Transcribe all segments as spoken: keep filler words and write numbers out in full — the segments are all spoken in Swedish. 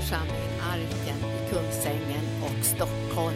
församling Arken i Kungsängen och Stockholm.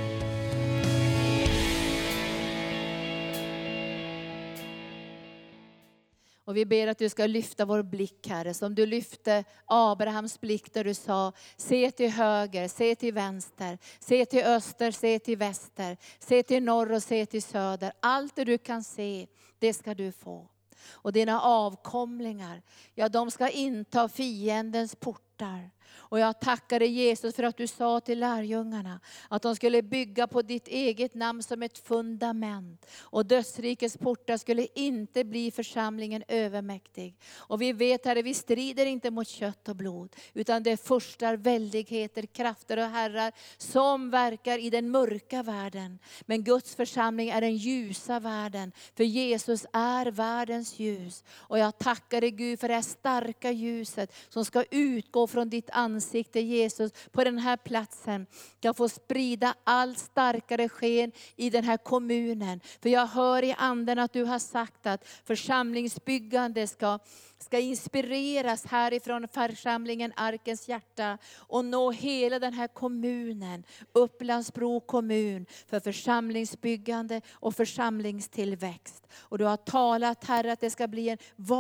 Och vi ber att du ska lyfta vår blick, Herre, som du lyfte Abrahams blick där du sa: se till höger, se till vänster, se till öster, se till väster, se till norr och se till söder. Allt det du kan se, det ska du få. Och dina avkomlingar, ja, de ska inta fiendens portar. Och jag tackar dig, Jesus, för att du sa till lärjungarna att de skulle bygga på ditt eget namn som ett fundament. Och dödsrikets portar skulle inte bli församlingen övermäktig. Och vi vet, Herre, vi strider inte mot kött och blod, utan det är furstar, väldigheter, krafter och herrar som verkar i den mörka världen. Men Guds församling är den ljusa världen, för Jesus är världens ljus. Och jag tackar dig, Gud, för det här starka ljuset som ska utgå från ditt ansikte, Jesus, på den här platsen. Jag får sprida allt starkare sken i den här kommunen. För jag hör i anden att du har sagt att församlingsbyggande ska, ska inspireras härifrån församlingen Arkens hjärta och nå hela den här kommunen, Upplandsbro kommun, för församlingsbyggande och församlingstillväxt. Och du har talat, Herre, att det ska bli en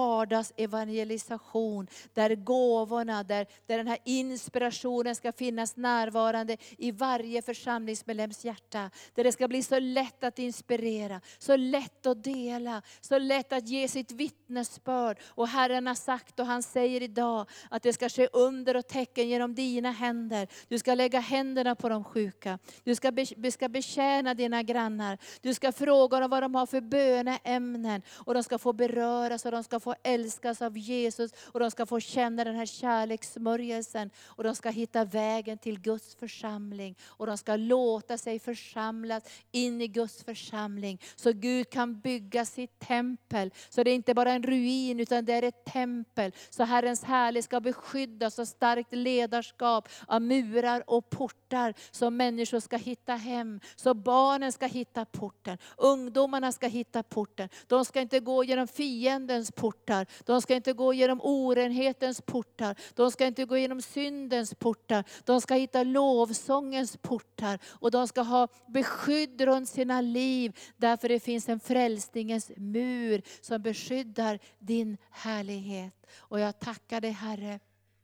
vardagsevangelisation där gåvorna, där, där den här inspirationen ska finnas närvarande i varje församlingsmedlems hjärta. Där det ska bli så lätt att inspirera, så lätt att dela, så lätt att ge sitt vittnesbörd. Och Herren har sagt, och han säger idag, att det ska ske under och tecken genom dina händer. Du ska lägga händerna på de sjuka. Du ska, be, du ska betjäna dina grannar. Du ska fråga dem vad de har för böneämnen. Och de ska få beröras och de ska få älskas av Jesus. Och de ska få känna den här kärlekssmörjelsen. Och de ska hitta vägen till Guds församling. Och de ska låta sig församlas in i Guds församling. Så Gud kan bygga sitt tempel. Så det är inte bara en ruin, utan det är ett tempel. Så Herrens härlighet ska beskyddas och starkt ledarskap av murar och portar. Så människor ska hitta hem. Så barnen ska hitta porten. Ungdomarna ska hitta porten. De ska inte gå genom fiendens portar. De ska inte gå genom orenhetens portar. De ska inte gå genom syndens portar. De ska hitta lovsångens portar. Och de ska ha beskydd runt sina liv. Därför det finns en frälsningens mur som beskyddar din härlighet. Och jag tackar dig, Herre.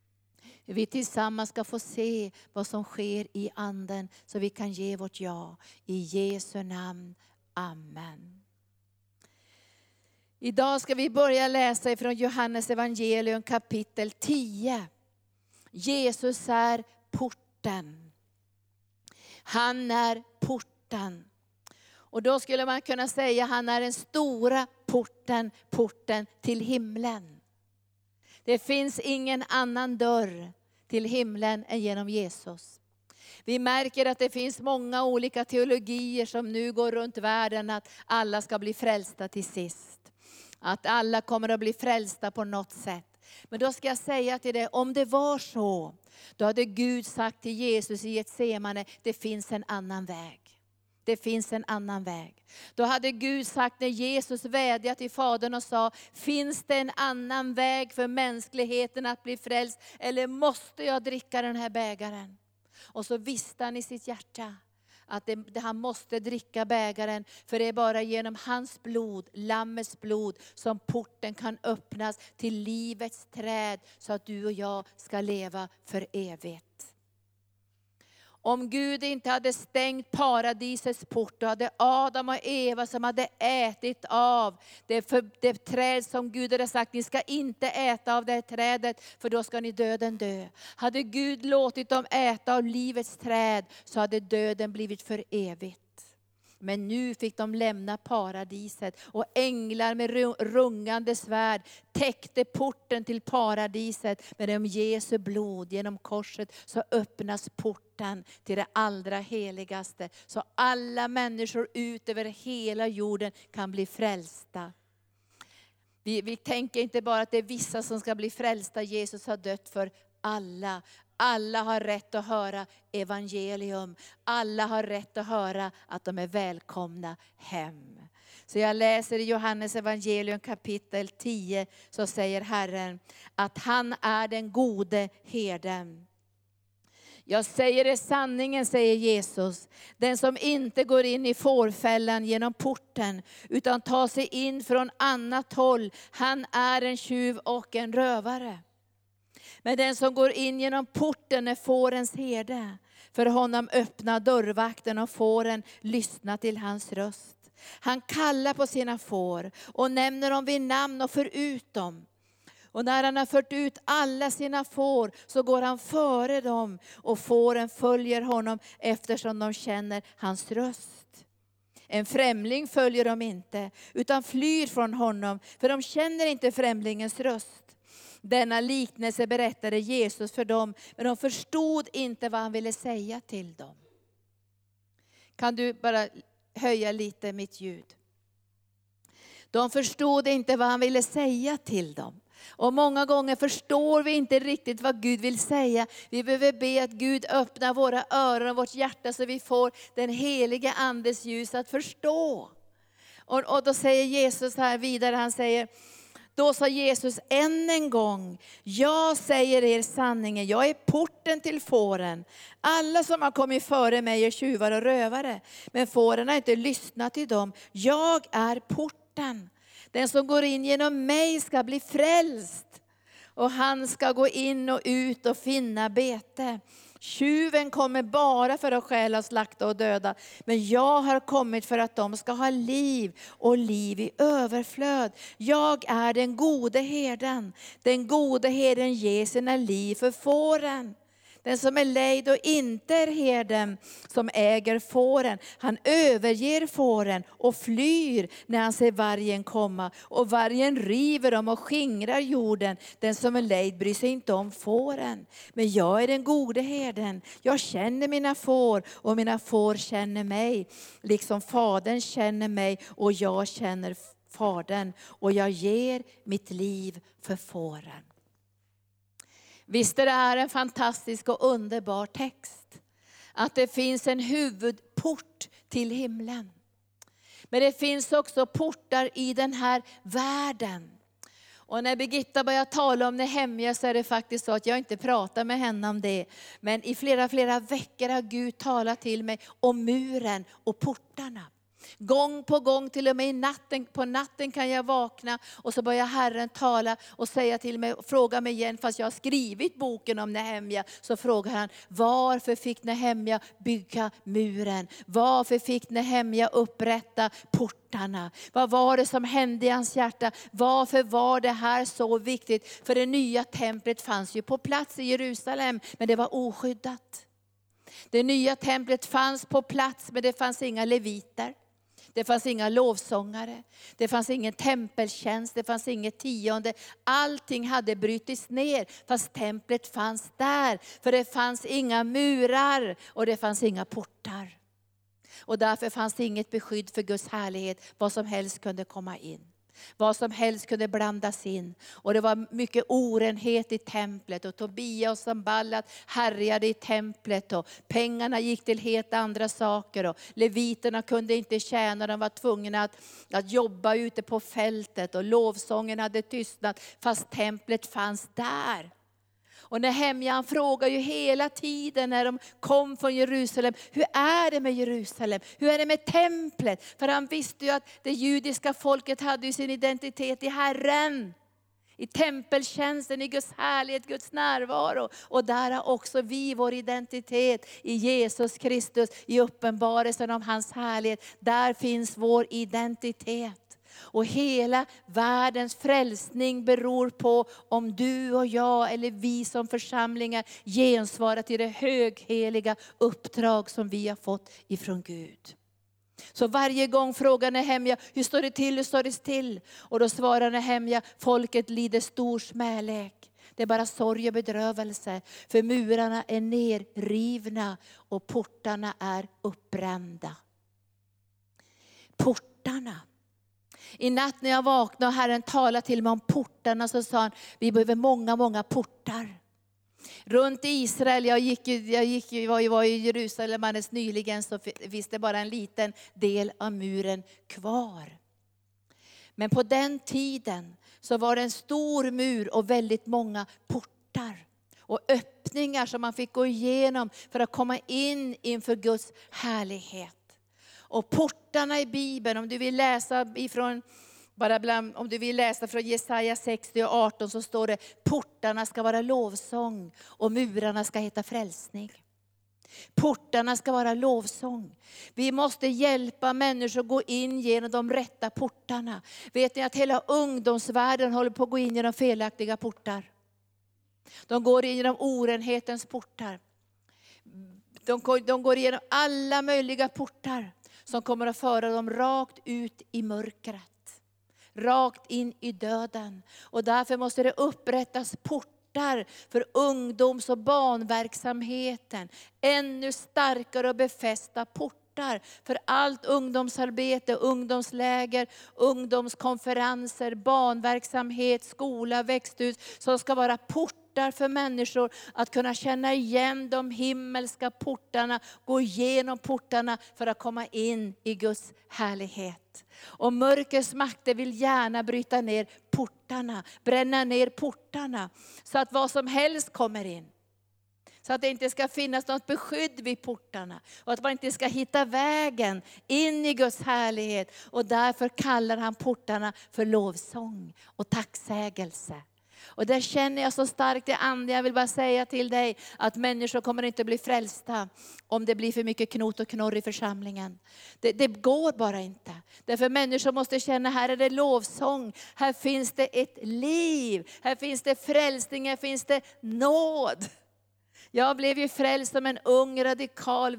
Vi tillsammans ska få se vad som sker i anden. Så vi kan ge vårt ja. I Jesu namn. Amen. Idag ska vi börja läsa ifrån Johannes evangelium kapitel tio. Jesus är porten. Han är porten. Och då skulle man kunna säga att han är den stora porten, porten till himlen. Det finns ingen annan dörr till himlen än genom Jesus. Vi märker att det finns många olika teologier som nu går runt världen, att alla ska bli frälsta till sist. Att alla kommer att bli frälsta på något sätt. Men då ska jag säga till dig, om det var så, då hade Gud sagt till Jesus i Getsemane, det finns en annan väg. Det finns en annan väg. Då hade Gud sagt, när Jesus vädjade till Fadern och sa, finns det en annan väg för mänskligheten att bli frälst? Eller måste jag dricka den här bägaren? Och så visste han i sitt hjärta att det, det, han måste dricka bägaren. För det är bara genom hans blod, lammets blod, som porten kan öppnas till livets träd. Så att du och jag ska leva för evigt. Om Gud inte hade stängt paradisets port, då hade Adam och Eva som hade ätit av det, för, det träd som Gud hade sagt, ni ska inte äta av det här trädet, för då ska ni döden dö. Hade Gud låtit dem äta av livets träd, så hade döden blivit för evigt. Men nu fick de lämna paradiset, och änglar med rungande svärd täckte porten till paradiset. Men genom Jesu blod, genom korset, så öppnas porten till det allra heligaste. Så alla människor ut över hela jorden kan bli frälsta. Vi, vi tänker inte bara att det är vissa som ska bli frälsta. Jesus har dött för alla. Alla har rätt att höra evangelium. Alla har rätt att höra att de är välkomna hem. Så jag läser i Johannes evangelium kapitel tio, så säger Herren att han är den gode herden. Jag säger det sanningen, säger Jesus. Den som inte går in i fårfällan genom porten, utan tar sig in från annat håll, han är en tjuv och en rövare. Men den som går in genom porten är fårens herde. För honom öppnar dörrvakten och fåren lyssnar till hans röst. Han kallar på sina får och nämner dem vid namn och för ut dem. Och när han har fört ut alla sina får så går han före dem och fåren följer honom eftersom de känner hans röst. En främling följer dem inte utan flyr från honom, för de känner inte främlingens röst. Denna liknelse berättade Jesus för dem, men de förstod inte vad han ville säga till dem. Kan du bara höja lite mitt ljud? De förstod inte vad han ville säga till dem. Och många gånger förstår vi inte riktigt vad Gud vill säga. Vi behöver be att Gud öppnar våra öron och vårt hjärta så vi får den heliga andes ljus att förstå. Och, och då säger Jesus här vidare, han säger, då sa Jesus än en gång, jag säger er sanningen, jag är porten till fåren. Alla som har kommit före mig är tjuvar och rövare, men fåren har inte lyssnat till dem. Jag är porten. Den som går in genom mig ska bli frälst. Och han ska gå in och ut och finna bete. Tjuven kommer bara för att stjäla, slakta och döda. Men jag har kommit för att de ska ha liv och liv i överflöd. Jag är den gode herden. Den gode herden ger sina liv för fåren. Den som är lejd och inte är herden som äger fåren, han överger fåren och flyr när han ser vargen komma. Och vargen river dem och skingrar jorden. Den som är lejd bryr sig inte om fåren. Men jag är den gode herden. Jag känner mina får och mina får känner mig. Liksom fadern känner mig och jag känner fadern. Och jag ger mitt liv för fåren. Visst är det här en fantastisk och underbar text. Att det finns en huvudport till himlen. Men det finns också portar i den här världen. Och när Birgitta börjar tala om Nehemja så är det faktiskt så att jag inte pratar med henne om det. Men i flera, flera veckor har Gud talat till mig om muren och portarna. Gång på gång, till och med i natten, på natten kan jag vakna och så börjar Herren tala och säga till mig, fråga mig igen, fast jag har skrivit boken om Nehemja, så frågar han, varför fick Nehemja bygga muren? Varför fick Nehemja upprätta portarna? Vad var det som hände i hans hjärta? Varför var det här så viktigt? För det nya templet fanns ju på plats i Jerusalem, men det var oskyddat. Det nya templet fanns på plats, men det fanns inga leviter. Det fanns inga lovsångare, det fanns ingen tempeltjänst, det fanns inget tionde. Allting hade brutits ner, fast templet fanns där. För det fanns inga murar och det fanns inga portar. Och därför fanns det inget beskydd för Guds härlighet, vad som helst kunde komma in. Vad som helst kunde blandas in. Och det var mycket orenhet i templet. Och Tobia och Samballat härjade i templet. Och pengarna gick till helt andra saker. Och leviterna kunde inte tjäna. De var tvungna att, att jobba ute på fältet. Och lovsången hade tystnat. Fast templet fanns där. Och Nehemja frågar ju hela tiden när de kom från Jerusalem, hur är det med Jerusalem? Hur är det med templet? För han visste ju att det judiska folket hade ju sin identitet i Herren. I tempeltjänsten, i Guds härlighet, Guds närvaro. Och där har också vi vår identitet i Jesus Kristus, i uppenbarelsen om hans härlighet. Där finns vår identitet. Och hela världens frälsning beror på om du och jag eller vi som församlingar gensvarar till det högheliga uppdrag som vi har fått ifrån Gud. Så varje gång frågar Nehemja, hur står det till, hur står det till? Och då svarar Nehemja, folket lider stor smälek. Det är bara sorg och bedrövelse, för murarna är nerrivna och portarna är uppbrända. Portarna. I natt när jag vaknade och Herren talade till mig om portarna, så sa han, vi behöver många, många portar. Runt i Israel, jag gick, jag gick, jag var i Jerusalem alldeles nyligen, så finns det bara en liten del av muren kvar. Men på den tiden så var det en stor mur och väldigt många portar. Och öppningar. bristningar som man fick gå igenom för att komma in inför Guds härlighet. Och portarna i Bibeln, om du vill läsa ifrån, bara bland, om du vill läsa från Jesaja sextio och arton, så står det: portarna ska vara lovsång och murarna ska heta frälsning. Portarna ska vara lovsång. Vi måste hjälpa människor att gå in genom de rätta portarna. Vet ni att hela ungdomsvärlden håller på att gå in genom felaktiga portar? De går in genom orenhetens portar. De, de går igenom alla möjliga portar som kommer att föra dem rakt ut i mörkret. Rakt in i döden. Och därför måste det upprättas portar för ungdoms- och barnverksamheten. Ännu starkare och befästa portar för allt ungdomsarbete, ungdomsläger, ungdomskonferenser, barnverksamhet, skola, växthus, som ska vara portar för människor att kunna känna igen de himmelska portarna, gå igenom portarna för att komma in i Guds härlighet. Och mörkrets makter vill gärna bryta ner portarna, bränna ner portarna, så att vad som helst kommer in. Så att det inte ska finnas något beskydd vid portarna. Och att man inte ska hitta vägen in i Guds härlighet. Och därför kallar han portarna för lovsång och tacksägelse. Och där känner jag så starkt i anden. Jag vill bara säga till dig att människor kommer inte bli frälsta om det blir för mycket knot och knorr i församlingen. Det, det går bara inte. Därför människor måste känna, här är det lovsång. Här finns det ett liv. Här finns det frälsning. Här finns det nåd. Jag blev ju frälst som en ung radikal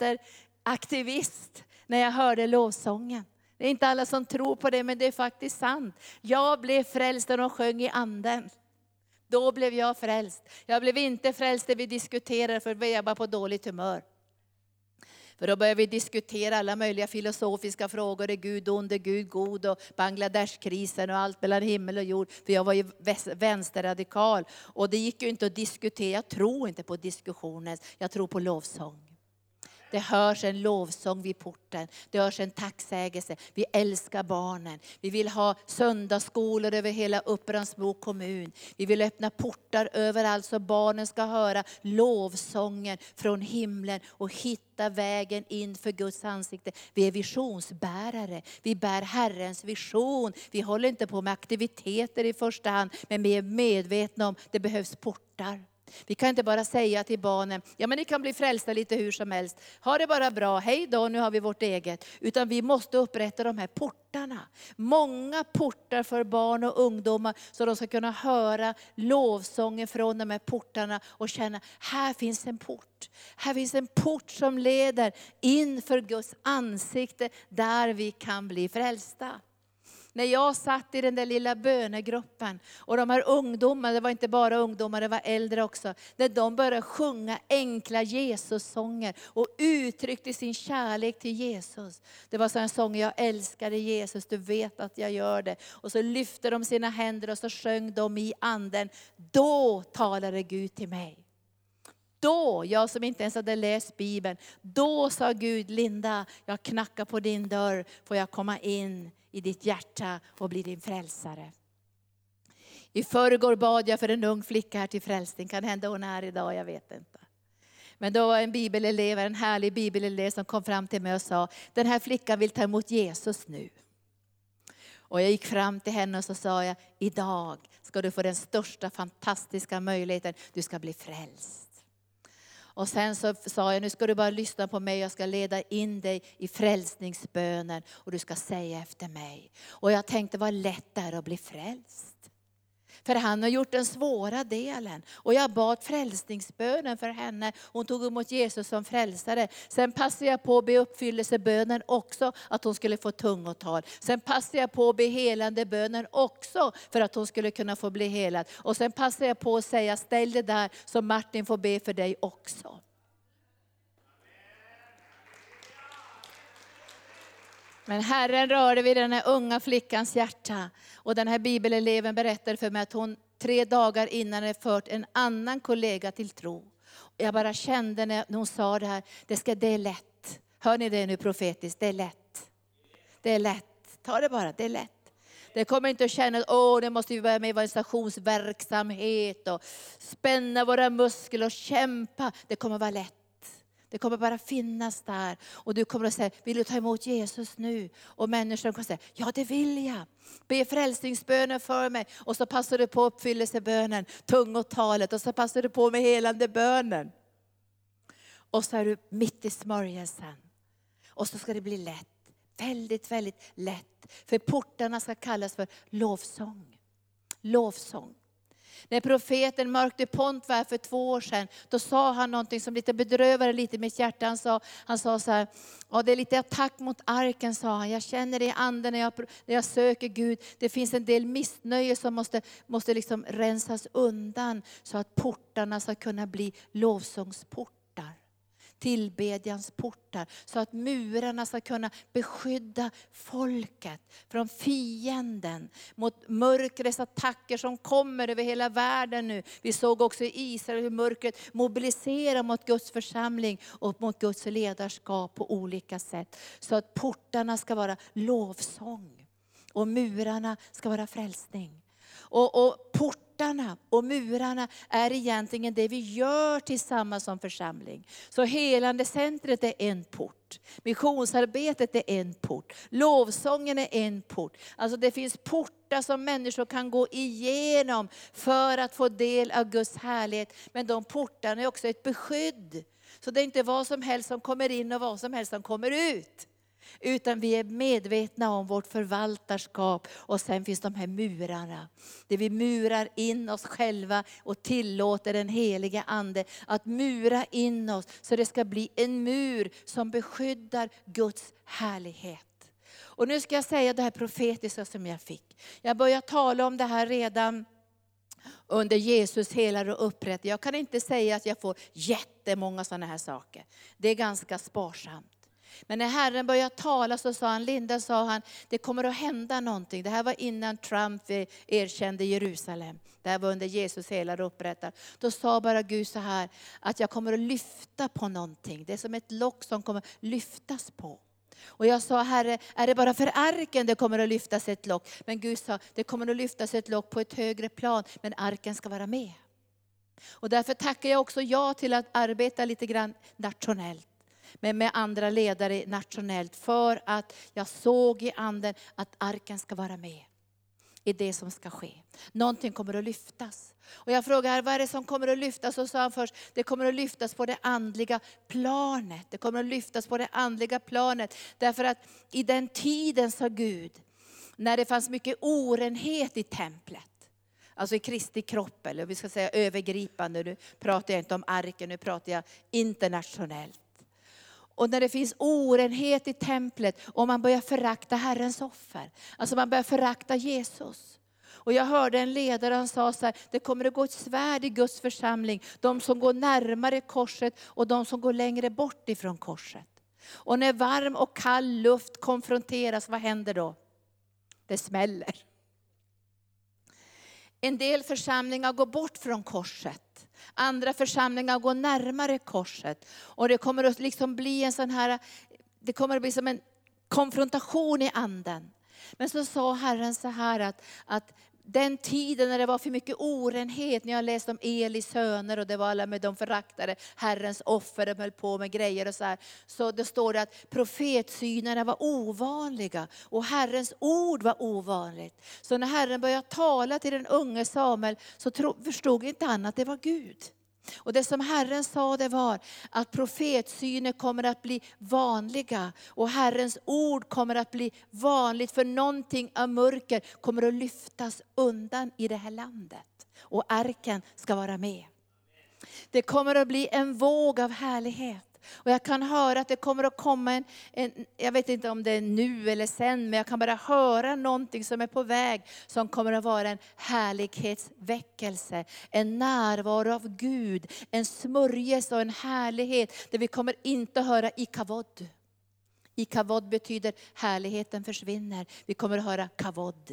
vänsteraktivist när jag hörde lovsången. Det är inte alla som tror på det, men det är faktiskt sant. Jag blev frälst när de sjöng i anden. Då blev jag frälst. Jag blev inte frälst när vi diskuterade, för vi var bara på dåligt humör. För då började vi diskutera alla möjliga filosofiska frågor. Är Gud ond, är Gud god, och Bangladeshkrisen och allt mellan himmel och jord. För jag var ju vänsterradikal. Och det gick ju inte att diskutera. Jag tror inte på diskussioner. Jag tror på lovsång. Det hörs en lovsång vid porten. Det hörs en tacksägelse. Vi älskar barnen. Vi vill ha söndagsskolor över hela Upplandsbro kommun. Vi vill öppna portar överallt så barnen ska höra lovsången från himlen och hitta vägen in för Guds ansikte. Vi är visionsbärare. Vi bär Herrens vision. Vi håller inte på med aktiviteter i första hand, men vi är medvetna om att det behövs portar. Vi kan inte bara säga till barnen, ja men ni kan bli frälsta lite hur som helst. Ha det bara bra, hej då, nu har vi vårt eget. Utan vi måste upprätta de här portarna. Många portar för barn och ungdomar, så de ska kunna höra lovsånger från de här portarna och känna, här finns en port. Här finns en port som leder in för Guds ansikte, där vi kan bli frälsta. När jag satt i den där lilla bönegruppen och de här ungdomarna, det var inte bara ungdomar, det var äldre också. När de började sjunga enkla Jesus-sånger och uttryckte sin kärlek till Jesus. Det var sådana sånger, jag älskade Jesus, du vet att jag gör det. Och så lyfte de sina händer och så sjöng de i anden. Då talade Gud till mig. Då, jag som inte ens hade läst Bibeln, då sa Gud, Linda, jag knackar på din dörr, får jag komma in i ditt hjärta och bli din frälsare. I förrgår bad jag för en ung flicka här till frälsning. Kan hända hon är här idag, jag vet inte. Men då var en bibelelev, en härlig bibelelev som kom fram till mig och sa, den här flickan vill ta emot Jesus nu. Och jag gick fram till henne och så sa jag, idag ska du få den största fantastiska möjligheten, du ska bli frälst. Och sen så sa jag, nu ska du bara lyssna på mig. Jag ska leda in dig i frälsningsbönen. Och du ska säga efter mig. Och jag tänkte, vad lätt det är att bli frälst. För han har gjort den svåra delen. Och jag bad frälsningsbönen för henne. Hon tog emot Jesus som frälsare. Sen passade jag på att be uppfyllelsebönen också. Att hon skulle få tungotal. Sen passade jag på att be helande bönen också. För att hon skulle kunna få bli helad. Och sen passade jag på att säga, ställ det där så Martin får be för dig också. Men Herren rörde vid den här unga flickans hjärta. Och den här bibeleleven berättade för mig att hon tre dagar innan hade fört en annan kollega till tro. Och jag bara kände när hon sa det här, det, ska, det är lätt. Hör ni det nu profetiskt? Det är lätt. Det är lätt. Ta det bara, det är lätt. Det kommer inte att känna att åh, det måste vi börja med evangelisationsverksamhet och spänna våra muskler och kämpa. Det kommer vara lätt. Det kommer bara finnas där. Och du kommer att säga, vill du ta emot Jesus nu? Och människor kommer att säga, ja det vill jag. Be frälsningsbönen för mig. Och så passar du på uppfyllelsebönen, tungotalet. Och så passar du på med helande bönen. Och så är du mitt i smörjelsen. Och så ska det bli lätt. Väldigt, väldigt lätt. För portarna ska kallas för lovsång. Lovsång. När profeten Mark Dupont var för två år sedan, då sa han någonting som lite bedrövade lite mitt hjärta. Han sa, han sa så här, ja, det är lite attack mot arken, sa han. Jag känner det i anden när jag, när jag söker Gud. Det finns en del missnöje som måste, måste liksom rensas undan så att portarna ska kunna bli lovsångsportar. Tillbedjans portar, så att murarna ska kunna beskydda folket från fienden, mot mörkrets attacker som kommer över hela världen nu. Vi såg också i Israel hur mörkret mobiliserar mot Guds församling och mot Guds ledarskap på olika sätt. Så att portarna ska vara lovsång och murarna ska vara frälsning. Och, och portarna och murarna är egentligen det vi gör tillsammans som församling. Så helande centret är en port. Missionsarbetet är en port. Lovsången är en port. Alltså det finns portar som människor kan gå igenom för att få del av Guds härlighet. Men de portarna är också ett beskydd. Så det är inte vad som helst som kommer in och vad som helst som kommer ut. Utan vi är medvetna om vårt förvaltarskap. Och sen finns de här murarna. Där vi murar in oss själva och tillåter den heliga ande att mura in oss. Så det ska bli en mur som beskyddar Guds härlighet. Och nu ska jag säga det här profetiska som jag fick. Jag började tala om det här redan under Jesus helade och upprättade. Jag kan inte säga att jag får jättemånga sådana här saker. Det är ganska sparsamt. Men när Herren började tala så sa han, Linda sa han, det kommer att hända någonting. Det här var innan Trump erkände Jerusalem. Det här var under Jesus helade och upprättade. Då sa bara Gud så här, att jag kommer att lyfta på någonting. Det är som ett lock som kommer lyftas på. Och jag sa, Herre, är det bara för arken det kommer att lyftas ett lock? Men Gud sa, det kommer att lyftas ett lock på ett högre plan, men arken ska vara med. Och därför tackar jag också ja till att arbeta lite grann nationellt. Men med andra ledare nationellt. För att jag såg i anden att arken ska vara med i det som ska ske. Någonting kommer att lyftas. Och jag frågar, vad är det som kommer att lyftas? Och så sa han först, det kommer att lyftas på det andliga planet. Det kommer att lyftas på det andliga planet. Därför att i den tiden, sa Gud, när det fanns mycket orenhet i templet. Alltså i Kristi kropp, eller vi ska säga övergripande. Nu pratar jag inte om arken, nu pratar jag internationellt. Och när det finns orenhet i templet och man börjar förakta Herrens offer. Alltså man börjar förakta Jesus. Och jag hörde en ledare, han sa så här, det kommer att gå ett svärd i Guds församling. De som går närmare korset och de som går längre bort ifrån korset. Och när varm och kall luft konfronteras, vad händer då? Det smäller. En del församlingar går bort från korset. Andra församlingar går närmare korset. Och det kommer att liksom bli en sån här, det kommer att bli som en konfrontation i anden. Men så sa Herren så här att, att den tiden när det var för mycket orenhet, när jag läste om Elis söner och det var alla med de föraktade Herrens offer, de höll på med grejer och så här. Så det står det att profetsynerna var ovanliga och Herrens ord var ovanligt. Så när Herren började tala till den unge Samuel så tro, förstod inte han att det var Gud. Och det som Herren sa, det var att profetsyner kommer att bli vanliga. Och Herrens ord kommer att bli vanligt, för någonting av mörker kommer att lyftas undan i det här landet. Och arken ska vara med. Det kommer att bli en våg av härlighet. Och jag kan höra att det kommer att komma en, en, jag vet inte om det är nu eller sen, men jag kan bara höra någonting som är på väg. Som kommer att vara en härlighetsväckelse, en närvaro av Gud, en smörjelse och en härlighet. Där vi kommer inte höra i kavod. I kavod betyder härligheten försvinner. Vi kommer att höra kavod.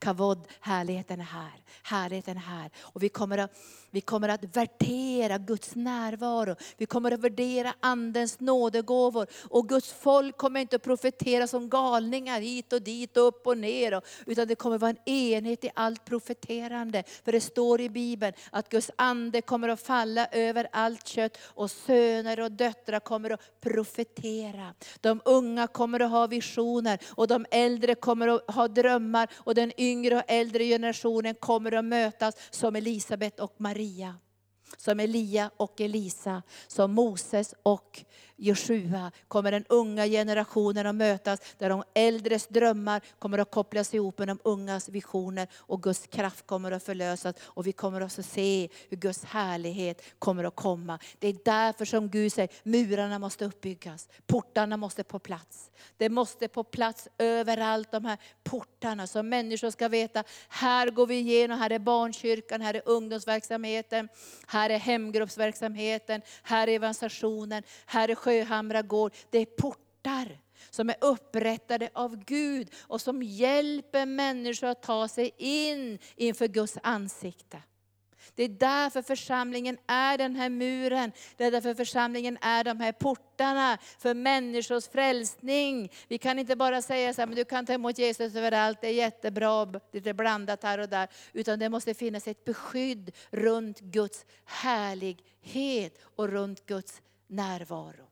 kavod, härligheten är här. Härligheten är här. Och vi kommer att, vi kommer att värdera Guds närvaro. Vi kommer att värdera andens nådegåvor. Och Guds folk kommer inte att profetera som galningar hit och dit och upp och ner. Och, utan det kommer att vara en enhet i allt profeterande. För det står i Bibeln att Guds ande kommer att falla över allt kött. Och söner och döttrar kommer att profetera. De unga kommer att ha visioner. Och de äldre kommer att ha drömmar. Och den yngre och äldre generationen kommer att mötas som Elisabet och Maria. Som Elia och Elisa, som Moses och Joshua, kommer den unga generationen att mötas. Där de äldres drömmar kommer att kopplas ihop med de ungas visioner. Och Guds kraft kommer att förlösas. Och vi kommer att se hur Guds härlighet kommer att komma. Det är därför som Gud säger, murarna måste uppbyggas. Portarna måste på plats. Det måste på plats överallt, de här portarna. Så människor ska veta, här går vi igenom, här är barnkyrkan, här är ungdomsverksamheten. Här är hemgruppsverksamheten, här är evangelisationen, här är Sjöhamra gård. Det är portar som är upprättade av Gud och som hjälper människor att ta sig in inför Guds ansikte. Det är därför församlingen är den här muren. Det är därför församlingen är de här portarna för människors frälsning. Vi kan inte bara säga så här, men du kan ta emot Jesus överallt, det är jättebra, lite blandat här och där. Utan det måste finnas ett beskydd runt Guds härlighet och runt Guds närvaro.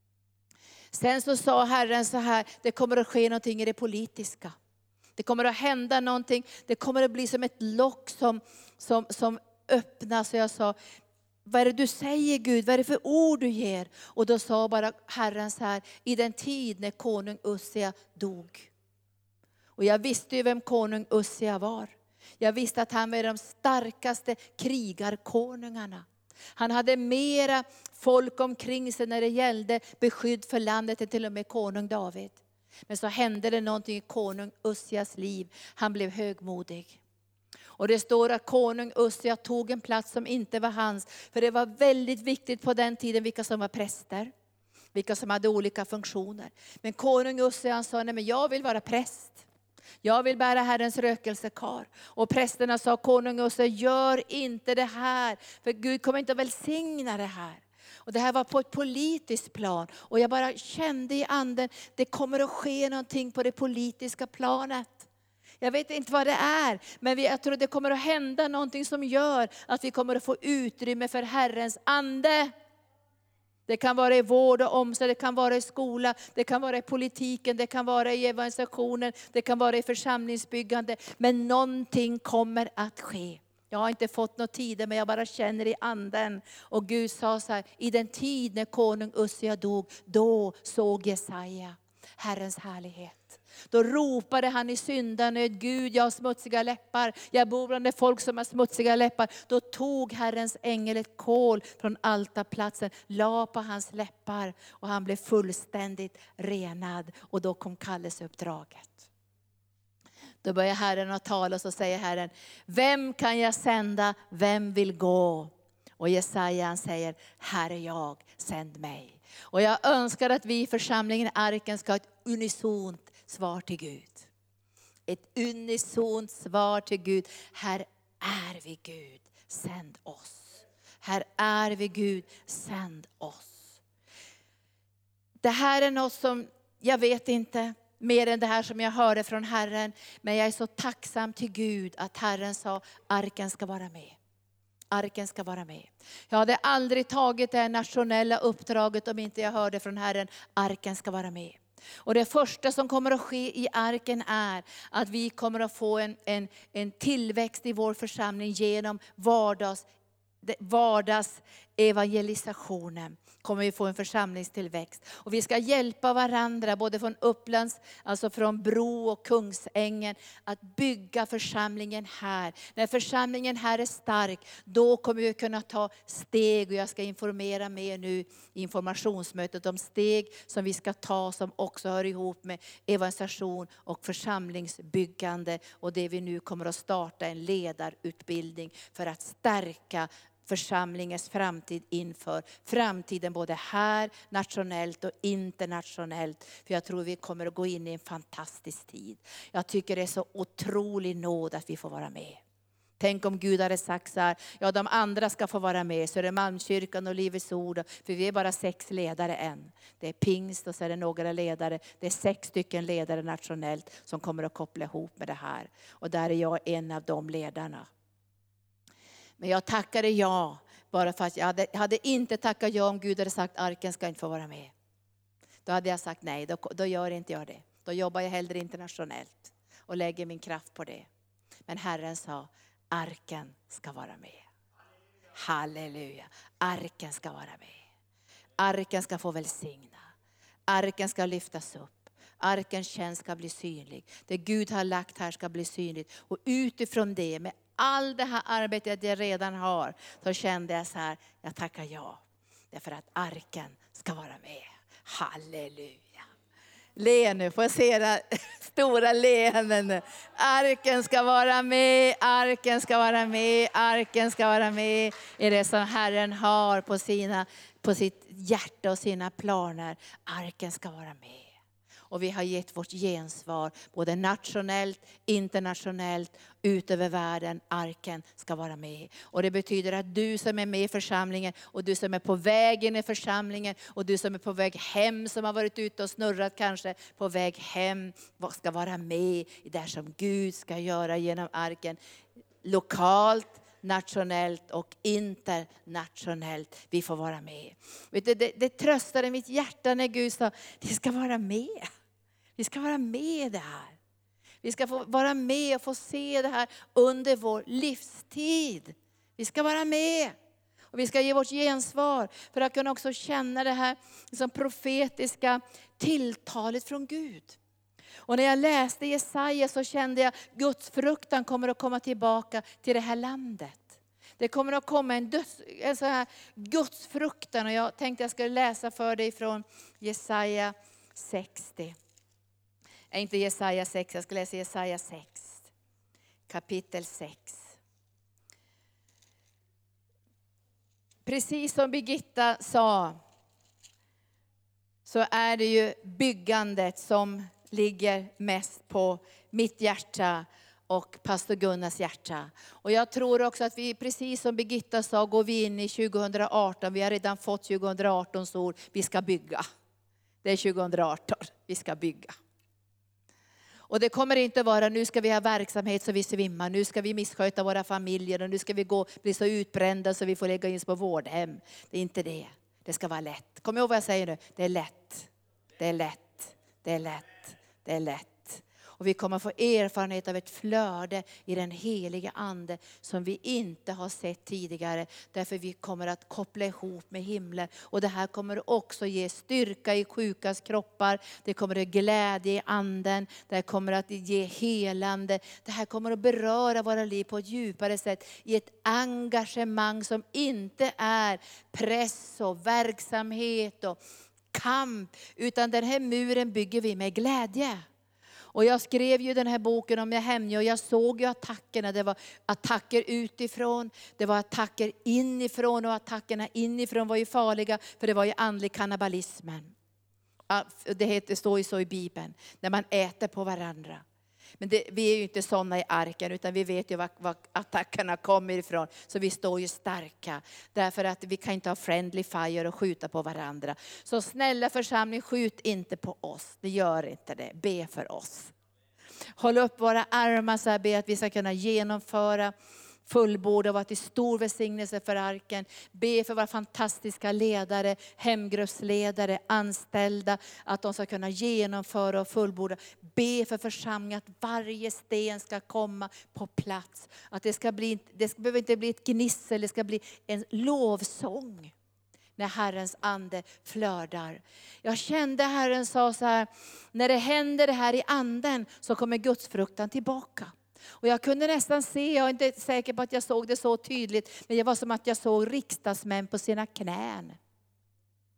Sen så sa Herren så här, det kommer att ske någonting i det politiska. Det kommer att hända någonting, det kommer att bli som ett lock som, som, som öppnas. Och jag sa, vad är det du säger Gud? Vad är det för ord du ger? Och då sa bara Herren så här, i den tid när konung Ussia dog. Och jag visste ju vem konung Ussia var. Jag visste att han var de starkaste krigarkonungarna. Han hade mera folk omkring sig när det gällde beskydd för landet än till och med konung David. Men så hände det någonting i konung Ussias liv. Han blev högmodig. Och det står att konung Ussia tog en plats som inte var hans. För det var väldigt viktigt på den tiden vilka som var präster. Vilka som hade olika funktioner. Men konung Ussia sa, nej men jag vill vara präst. Jag vill bära Herrens rökelsekar. Och prästerna sa, konung Ussia, gör inte det här. För Gud kommer inte att välsigna det här. Och det här var på ett politiskt plan. Och jag bara kände i anden, det kommer att ske någonting på det politiska planet. Jag vet inte vad det är, men vi, jag tror det kommer att hända någonting som gör att vi kommer att få utrymme för Herrens ande. Det kan vara i vård och omsorg, det kan vara i skola, det kan vara i politiken, det kan vara i evangelisationen, det kan vara i församlingsbyggande. Men någonting kommer att ske. Jag har inte fått något tid, men jag bara känner i anden. Och Gud sa så här, i den tid när konung Ussia dog, då såg Jesaja Herrens härlighet. Då ropade han i syndanöd, Gud jag har smutsiga läppar, jag bor bland det folk som har smutsiga läppar. Då tog Herrens ängel ett kol från altarplatsen, la på hans läppar och han blev fullständigt renad. Och då kom kallelseuppdraget. Då börjar Herren att tala och så säger Herren, vem kan jag sända, vem vill gå? Och Jesaja säger, här är jag, sänd mig. Och jag önskar att vi i församlingen Arken ska ha ett unisont svar till Gud. Ett unisont svar till Gud. Här är vi Gud, sänd oss. Här är vi Gud, sänd oss. Det här är något som, jag vet inte mer än det här som jag hörde från Herren. Men jag är så tacksam till Gud att Herren sa, Arken ska vara med. Arken ska vara med. Jag hade aldrig tagit det här nationella uppdraget om inte jag hörde från Herren, Arken ska vara med. Och det första som kommer att ske i Arken är att vi kommer att få en, en, en tillväxt i vår församling genom vardags, vardags evangelisationen. Kommer vi få en församlingstillväxt. Och vi ska hjälpa varandra, både från Upplands, alltså från Bro och Kungsängen, att bygga församlingen här. När församlingen här är stark, då kommer vi kunna ta steg. Och jag ska informera mer nu i informationsmötet om steg som vi ska ta, som också hör ihop med evangelisation och församlingsbyggande. Och det vi nu kommer att starta en ledarutbildning för att stärka församlingens framtid inför framtiden både här, nationellt och internationellt. För jag tror vi kommer att gå in i en fantastisk tid. Jag tycker det är så otrolig nåd att vi får vara med. Tänk om Gud hade sagt så här, ja de andra ska få vara med, så är det Malmkyrkan och Livets ord, för vi är bara sex ledare än. Det är pingst och så är det några ledare, det är sex stycken ledare nationellt som kommer att koppla ihop med det här. Och där är jag en av de ledarna. Men jag tackade ja, bara för att jag hade, jag hade inte tackat ja om Gud hade sagt arken ska inte få vara med. Då hade jag sagt nej, då, då gör inte jag det. Då jobbar jag hellre internationellt och lägger min kraft på det. Men Herren sa, arken ska vara med. Halleluja. Arken ska vara med. Arken ska få välsigna. Arken ska lyftas upp. Arkens tjänst ska bli synlig. Det Gud har lagt här ska bli synligt. Och utifrån det, med all det här arbetet jag redan har, så kände jag så här, jag tackar ja. Därför att arken ska vara med. Halleluja. Le nu, får jag se det stora leenden. Arken ska vara med, arken ska vara med, arken ska vara med i det som Herren har på, sina, på sitt hjärta och sina planer. Arken ska vara med. Och vi har gett vårt gensvar både nationellt, internationellt, ut över världen. Arken ska vara med. Och det betyder att du som är med i församlingen och du som är på väg in i församlingen och du som är på väg hem, som har varit ute och snurrat kanske på väg hem, ska vara med i det som Gud ska göra genom arken. Lokalt, nationellt och internationellt. Vi får vara med. Vet du, det, det tröstade mitt hjärta när Gud sa, det ska vara med. Vi ska vara med i det här. Vi ska få vara med och få se det här under vår livstid. Vi ska vara med. Och vi ska ge vårt gensvar för att kunna också känna det här liksom profetiska tilltalet från Gud. Och när jag läste Jesaja så kände jag att Guds fruktan kommer att komma tillbaka till det här landet. Det kommer att komma en, döds, en sån här Guds fruktan. Och jag tänkte jag skulle läsa för dig från Jesaja sextio. Nej, inte Jesaja sex, jag ska läsa Jesaja sex. Kapitel sex. Precis som Birgitta sa, så är det ju byggandet som ligger mest på mitt hjärta och pastor Gunnars hjärta. Och jag tror också att vi, precis som Birgitta sa, går vi in i tjugo arton. Vi har redan fått tjugo artons ord. Vi ska bygga. Det är tjugo arton. Vi ska bygga. Och det kommer inte vara, nu ska vi ha verksamhet så vi svimmar. Nu ska vi missköta våra familjer. Och nu ska vi gå, bli så utbrända så vi får lägga in på vårdhem. Det är inte det. Det ska vara lätt. Kom ihåg vad jag säger nu. Det är lätt. Det är lätt. Det är lätt. Det är lätt. Och vi kommer få erfarenhet av ett flöde i den heliga ande som vi inte har sett tidigare. Därför vi kommer att koppla ihop med himlen. Och det här kommer också ge styrka i sjukas kroppar. Det kommer att glädje i anden. Det här kommer att ge helande. Det här kommer att beröra våra liv på ett djupare sätt. I ett engagemang som inte är press och verksamhet och kamp. Utan den här muren bygger vi med glädje. Och jag skrev ju den här boken om Nehemja och jag såg ju attackerna. Det var attacker utifrån, det var attacker inifrån och attackerna inifrån var ju farliga för det var ju andlig kannibalismen. Det heter, står ju så i Bibeln, när man äter på varandra. Men det, vi är ju inte sådana i arken utan vi vet ju var, var attackerna kommer ifrån. Så vi står ju starka. Därför att vi kan inte ha friendly fire och skjuta på varandra. Så snälla församling, skjut inte på oss. Det gör inte det. Be för oss. Håll upp våra armar så här, be att vi ska kunna genomföra fullbord och vara till stor välsignelse för arken. Be för våra fantastiska ledare, hemgruppsledare, anställda. Att de ska kunna genomföra och fullborda. Be för församlingen att varje sten ska komma på plats. Att det ska bli, det behöver inte bli ett gnissel, det ska bli en lovsång. När Herrens ande flödar. Jag kände Herren sa så här, när det händer det här i anden så kommer Guds fruktan tillbaka. Och jag kunde nästan se, jag är inte säker på att jag såg det så tydligt, men det var som att jag såg riksdagsmän på sina knän.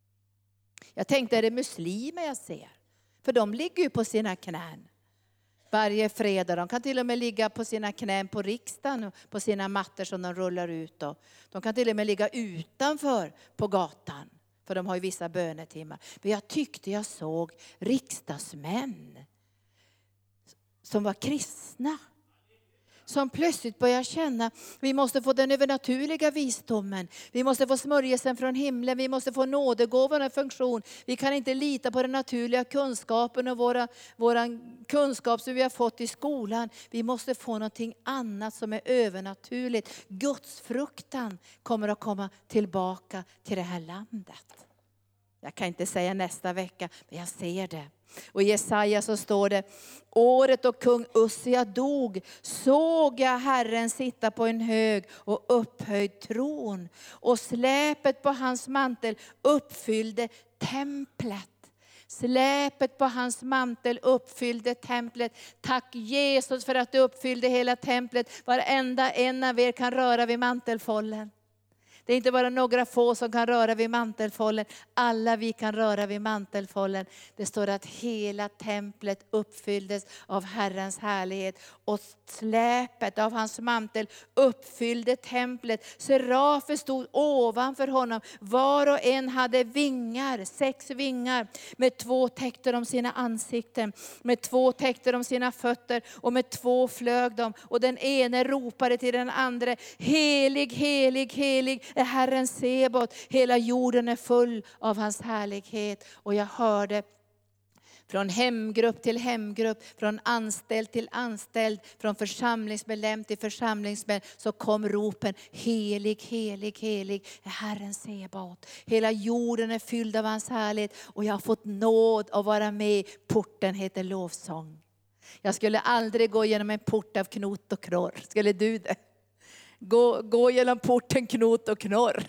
Jag tänkte, är det muslimer jag ser? För de ligger ju på sina knän. Varje fredag. De kan till och med ligga på sina knän på riksdagen, på sina mattor som de rullar ut. Då. De kan till och med ligga utanför på gatan. För de har ju vissa bönetimmar. Men jag tyckte jag såg riksdagsmän som var kristna. Som plötsligt börjar känna, vi måste få den övernaturliga visdomen. Vi måste få smörjelsen från himlen. Vi måste få nådegåvan och funktion. Vi kan inte lita på den naturliga kunskapen och våra, våra kunskap som vi har fått i skolan. Vi måste få någonting annat som är övernaturligt. Guds fruktan kommer att komma tillbaka till det här landet. Jag kan inte säga nästa vecka, men jag ser det. Och i Jesaja så står det, året då kung Ussia dog såg jag Herren sitta på en hög och upphöjd tron. Och släpet på hans mantel uppfyllde templet. Släpet på hans mantel uppfyllde templet. Tack Jesus för att du uppfyllde hela templet. Varenda en av er kan röra vid mantelfållen. Det är inte bara några få som kan röra vid mantelfållen. Alla vi kan röra vid mantelfållen. Det står att hela templet uppfylldes av Herrens härlighet. Och släpet av hans mantel uppfyllde templet. Serafer stod ovanför honom. Var och en hade vingar, sex vingar. Med två täckte de sina ansikten. Med två täckte de sina fötter. Och med två flög de. Och den ene ropade till den andra. Helig, helig, helig är Herren Sebot. Hela jorden är full av hans härlighet. Och jag hörde från hemgrupp till hemgrupp, från anställd till anställd, från församlingsmedlem till församlingsmedlem, så kom ropen, helig, helig, helig är Herren Sebot. Hela jorden är fylld av hans härlighet och jag har fått nåd att vara med. Porten heter lovsång. Jag skulle aldrig gå genom en port av knot och knorr. Skulle du det? Gå, gå genom porten knot och knorr.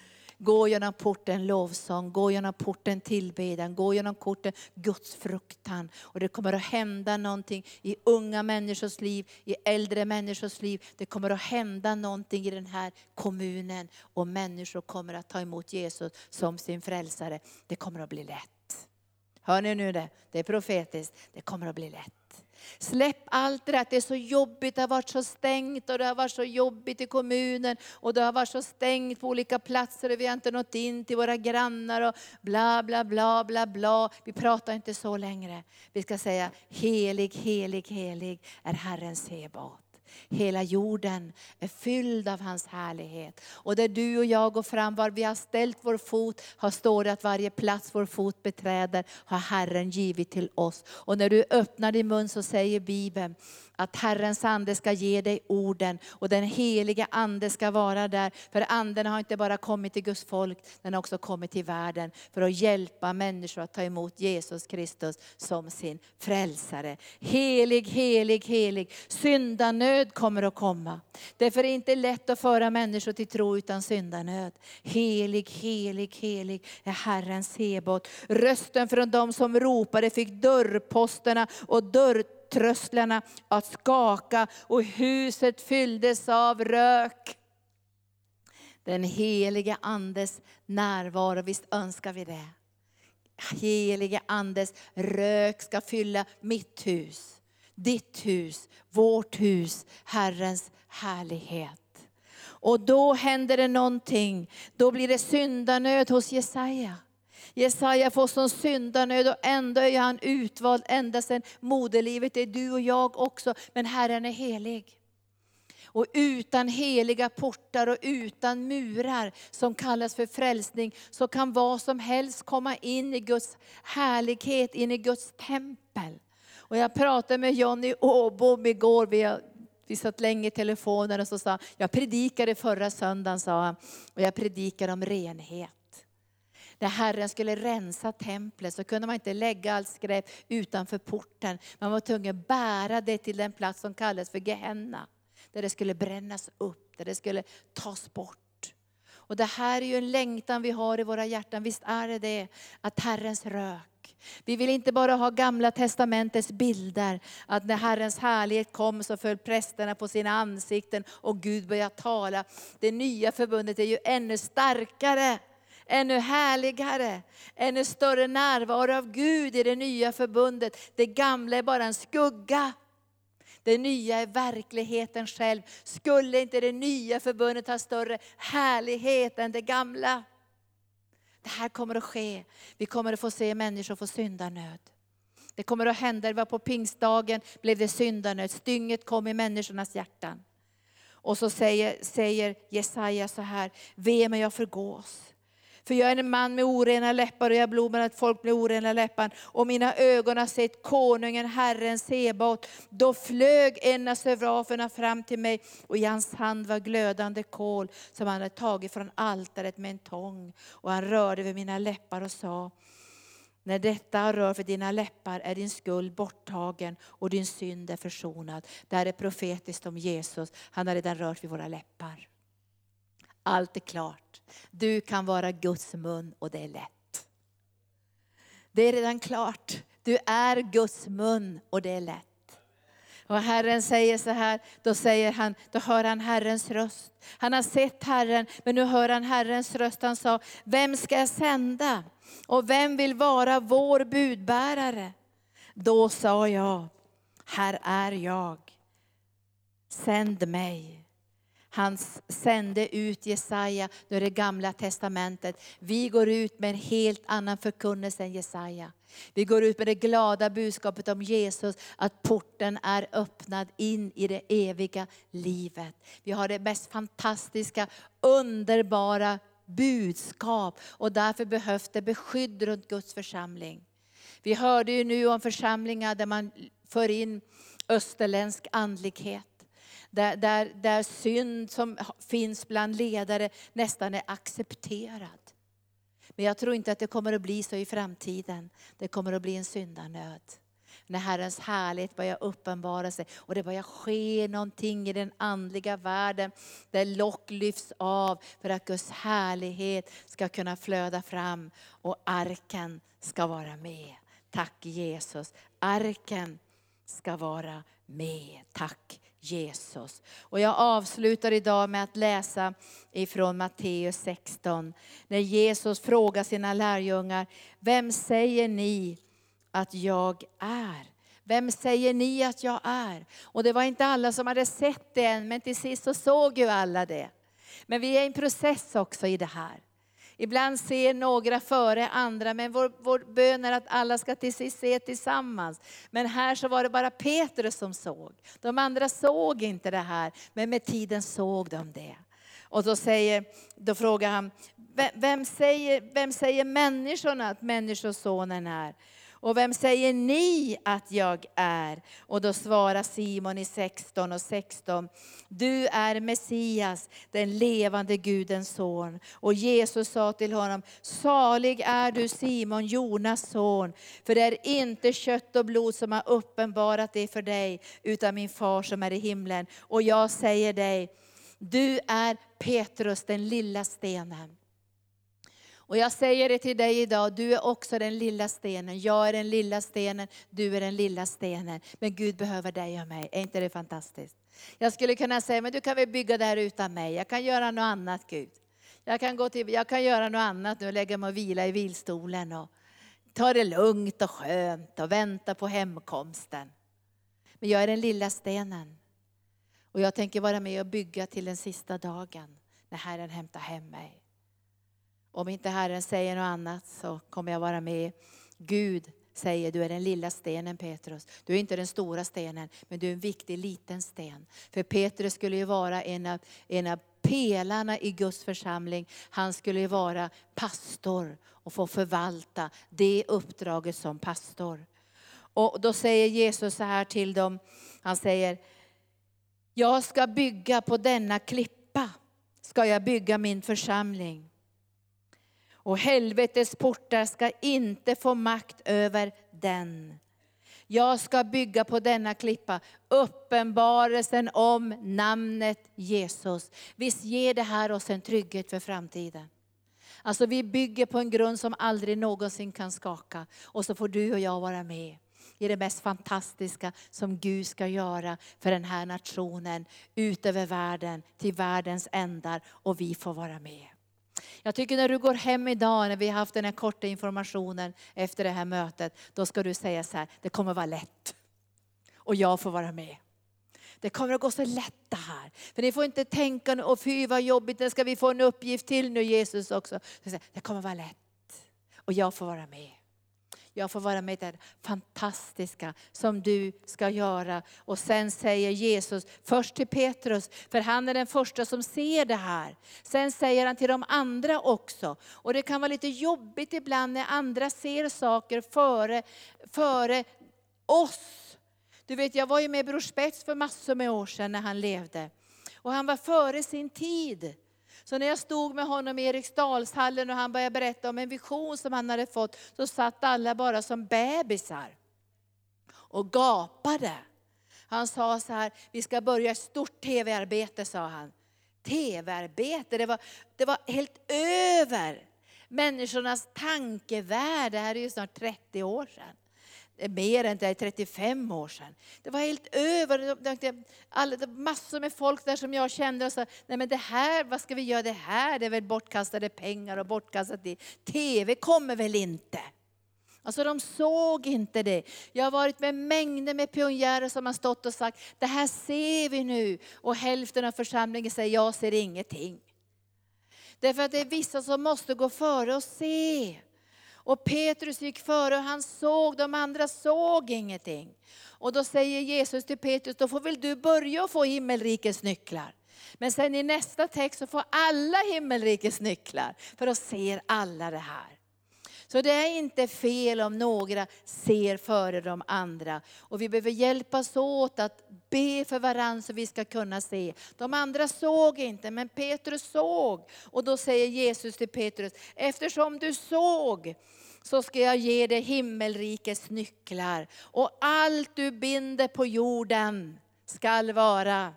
Gå genom porten lovsång, gå genom porten tillbedjan, gå genom porten Guds fruktan. Och det kommer att hända någonting i unga människors liv, i äldre människors liv. Det kommer att hända någonting i den här kommunen. Och människor kommer att ta emot Jesus som sin frälsare. Det kommer att bli lätt. Hör ni nu det? Det är profetiskt. Det kommer att bli lätt. Släpp allt det där, att det är så jobbigt, det har varit så stängt och det har varit så jobbigt i kommunen och det har varit så stängt på olika platser och vi har inte nått in till våra grannar och bla bla bla bla bla. Vi pratar inte så längre. Vi ska säga helig, helig, helig är Herren Sebot. Hela jorden är fylld av hans härlighet. Och där du och jag går fram, var vi har ställt vår fot, har står det att varje plats vår fot beträder har Herren givit till oss. Och när du öppnar din mun så säger Bibeln att Herrens ande ska ge dig orden. Och den heliga ande ska vara där. För anden har inte bara kommit till Guds folk, den har också kommit till världen. För att hjälpa människor att ta emot Jesus Kristus som sin frälsare. Helig, helig, helig. Syndanöd kommer att komma. Därför är det inte lätt att föra människor till tro utan syndanöd. Helig, helig, helig är Herren Sebot. Rösten från de som ropade fick dörrposterna och dörrtrösklarna att skaka och huset fylldes av rök. Den heliga andes närvaro, visst önskar vi det. Heliga andes rök ska fylla mitt hus. Ditt hus, vårt hus, Herrens härlighet. Och då händer det någonting. Då blir det syndanöd hos Jesaja. Jesaja får sån syndanöd och ändå är han utvald ända sedan moderlivet. Det är du och jag också, men Herren är helig. Och utan heliga portar och utan murar som kallas för frälsning så kan vad som helst komma in i Guds härlighet, in i Guds tempel. Och jag pratade med Johnny Åbom igår, vi, vi satt länge i telefonen och så sa jag predikade förra söndagen, sa han, och jag predikade om renhet. När Herren skulle rensa templet så kunde man inte lägga allt skräp utanför porten. Man var tvungen att bära det till den plats som kallas för Gehenna. Där det skulle brännas upp, där det skulle tas bort. Och det här är ju en längtan vi har i våra hjärtan. Visst är det det, att Herrens rök. Vi vill inte bara ha gamla testamentets bilder. Att när Herrens härlighet kom så föll prästerna på sina ansikten och Gud började tala. Det nya förbundet är ju ännu starkare. Ännu härligare, ännu större närvaro av Gud i det nya förbundet. Det gamla är bara en skugga. Det nya är verkligheten själv. Skulle inte det nya förbundet ha större härlighet än det gamla? Det här kommer att ske. Vi kommer att få se människor få syndanöd. Det kommer att hända. Det var på pingstdagen blev det syndanöd. Stynget kom i människornas hjärtan. Och så säger, säger Jesaja så här: ve mig jag förgås. För jag är en man med orena läppar och jag blommar att folk med orena läppar. Och mina ögon har sett konungen, Herren, Sebot. Då flög en av seraferna fram till mig och i hans hand var glödande kol som han hade tagit från altaret med en tång. Och han rörde vid mina läppar och sa: när detta rör för dina läppar är din skuld borttagen och din synd är försonad. Det här är profetiskt om Jesus. Han har redan rört vid våra läppar. Allt är klart. Du kan vara Guds mun och det är lätt. Det är redan klart. Du är Guds mun och det är lätt. Och Herren säger så här, då säger han, då hör han Herrens röst. Han har sett Herren, men nu hör han Herrens röst. Han sa: vem ska jag sända? Och vem vill vara vår budbärare? Då sa jag: här är jag. Sänd mig. Han sände ut Jesaja, då är det gamla testamentet. Vi går ut med en helt annan förkunnelse än Jesaja. Vi går ut med det glada budskapet om Jesus, att porten är öppnad in i det eviga livet. Vi har det mest fantastiska, underbara budskap, och därför behövs det beskydd runt Guds församling. Vi hörde ju nu om församlingar där man för in österländsk andlighet. Där, där, där synd som finns bland ledare nästan är accepterad. Men jag tror inte att det kommer att bli så i framtiden. Det kommer att bli en syndanöd. När Herrens härlighet börjar uppenbara sig. Och det börjar ske någonting i den andliga världen. Där lock lyfts av för att Guds härlighet ska kunna flöda fram. Och arken ska vara med. Tack Jesus. Arken ska vara med. Tack Jesus. Och jag avslutar idag med att läsa ifrån Matteus sexton. När Jesus frågar sina lärjungar: vem säger ni att jag är? Vem säger ni att jag är? Och det var inte alla som hade sett det än, men till sist så såg ju alla det. Men vi är i en process också i det här. Ibland ser några före andra, men vår, vår bön är att alla ska till sist se tillsammans. Men här så var det bara Petrus som såg. De andra såg inte det här, men med tiden såg de det. Och då, säger, då frågar han: vem säger, vem säger människorna att människosonen är? Och vem säger ni att jag är? Och då svarar Simon i sexton och sexton: du är Messias, den levande Gudens son. Och Jesus sa till honom: salig är du Simon, Jonas son. För det är inte kött och blod som har uppenbarat det för dig, utan min far som är i himlen. Och jag säger dig, du är Petrus, den lilla stenen. Och jag säger det till dig idag, du är också den lilla stenen. Jag är den lilla stenen, du är den lilla stenen. Men Gud behöver dig och mig. Är inte det fantastiskt? Jag skulle kunna säga, men du kan väl bygga det här utan mig. Jag kan göra något annat, Gud. Jag kan, gå till, jag kan göra något annat nu och lägga mig och vila i vilstolen. Och ta det lugnt och skönt och vänta på hemkomsten. Men jag är den lilla stenen. Och jag tänker vara med och bygga till den sista dagen. När Herren hämtar hem mig. Om inte Herren säger något annat så kommer jag vara med. Gud säger: du är den lilla stenen, Petrus. Du är inte den stora stenen, men du är en viktig liten sten. För Petrus skulle ju vara en av, en av pelarna i Guds församling. Han skulle ju vara pastor och få förvalta det uppdraget som pastor. Och då säger Jesus så här till dem. Han säger: jag ska bygga på denna klippa. Ska jag bygga min församling. Och helvetets portar ska inte få makt över den. Jag ska bygga på denna klippa. Uppenbarelsen om namnet Jesus. Visst ger det här oss en trygghet för framtiden. Alltså vi bygger på en grund som aldrig någonsin kan skaka. Och så får du och jag vara med i det mest fantastiska som Gud ska göra för den här nationen. Ut över världen, till världens ändar. Och vi får vara med. Jag tycker när du går hem idag, när vi har haft den här korta informationen efter det här mötet, då ska du säga så här: det kommer vara lätt. Och jag får vara med. Det kommer att gå så lätt det här. För ni får inte tänka nu, och fy vad jobbigt, det ska vi få en uppgift till nu Jesus också. Det kommer att vara lätt. Och jag får vara med. Jag får vara med i det fantastiska som du ska göra. Och sen säger Jesus först till Petrus, för han är den första som ser det här. Sen säger han till de andra också. Och det kan vara lite jobbigt ibland när andra ser saker före, före oss. Du vet, jag var ju med Bror Spets för massor med år sedan när han levde. Och han var före sin tid. Så när jag stod med honom i Eriksdalshallen och han började berätta om en vision som han hade fått, så satt alla bara som bebisar och gapade. Han sa så här, vi ska börja ett stort tv-arbete, sa han. Tv-arbete, det var, det var helt över människornas tankevärld. Det här är ju snart trettio år sedan. Mer än det, trettiofem år sedan. Det var helt över. Alla, massor med folk där som jag kände och sa, nej men det här, vad ska vi göra det här? Det är väl bortkastade pengar och bortkastat det. Tv kommer väl inte. Alltså de såg inte det. Jag har varit med mängder med pionjärer som har stått och sagt, det här ser vi nu. Och hälften av församlingen säger, jag ser ingenting. Därför att det är vissa som måste gå före och se. Och Petrus gick före och han såg, de andra såg ingenting. Och då säger Jesus till Petrus, då får väl du börja och få himmelrikets nycklar. Men sen i nästa text så får alla himmelrikets nycklar. För då ser alla det här. Så det är inte fel om några ser före de andra. Och vi behöver hjälpas åt att be för varandra så vi ska kunna se. De andra såg inte, men Petrus såg. Och då säger Jesus till Petrus, eftersom du såg så ska jag ge dig himmelrikets nycklar. Och allt du binder på jorden skall vara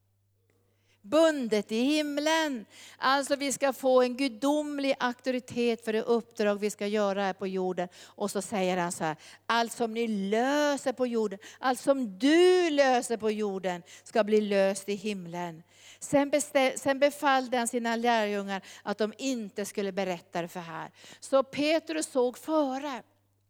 bundet i himlen. Alltså vi ska få en gudomlig auktoritet för det uppdrag vi ska göra här på jorden. Och så säger han så här, allt som ni löser på jorden, allt som du löser på jorden ska bli löst i himlen. Sen, bestäm, sen befallde han sina lärjungar att de inte skulle berätta det för här. Så Petrus såg före.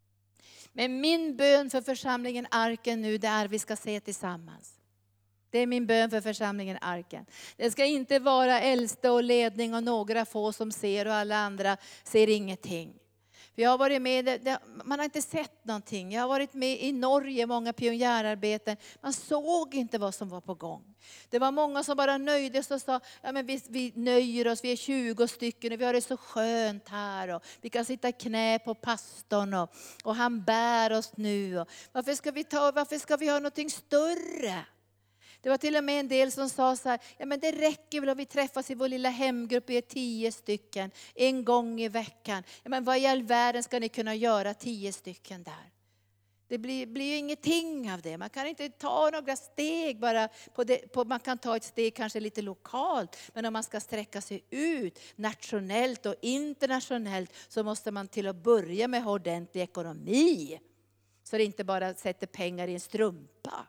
Men min bön för församlingen Arken nu, det är att vi ska se tillsammans. Det är min bön för församlingen Arken. Det ska inte vara äldste och ledning och några få som ser och alla andra ser ingenting. För jag har varit med, det, det, man har inte sett någonting. Jag har varit med i Norge, många pionjärarbeten. Man såg inte vad som var på gång. Det var många som bara nöjde sig och sa, ja men vi, vi nöjer oss, vi är tjugo stycken och vi har det så skönt här. Och vi kan sitta knä på pastorn och, och han bär oss nu. Och varför ska vi ta, varför ska vi ha någonting större? Det var till och med en del som sa så här, ja men det räcker väl om vi träffas i vår lilla hemgrupp, vi är tio stycken, en gång i veckan. Ja men vad i all världen ska ni kunna göra tio stycken där? Det blir, blir ju ingenting av det. Man kan inte ta några steg bara, på det, på, man kan ta ett steg kanske lite lokalt. Men om man ska sträcka sig ut nationellt och internationellt så måste man till att börja med ordentlig ekonomi. Så det inte bara sätter pengar i en strumpa.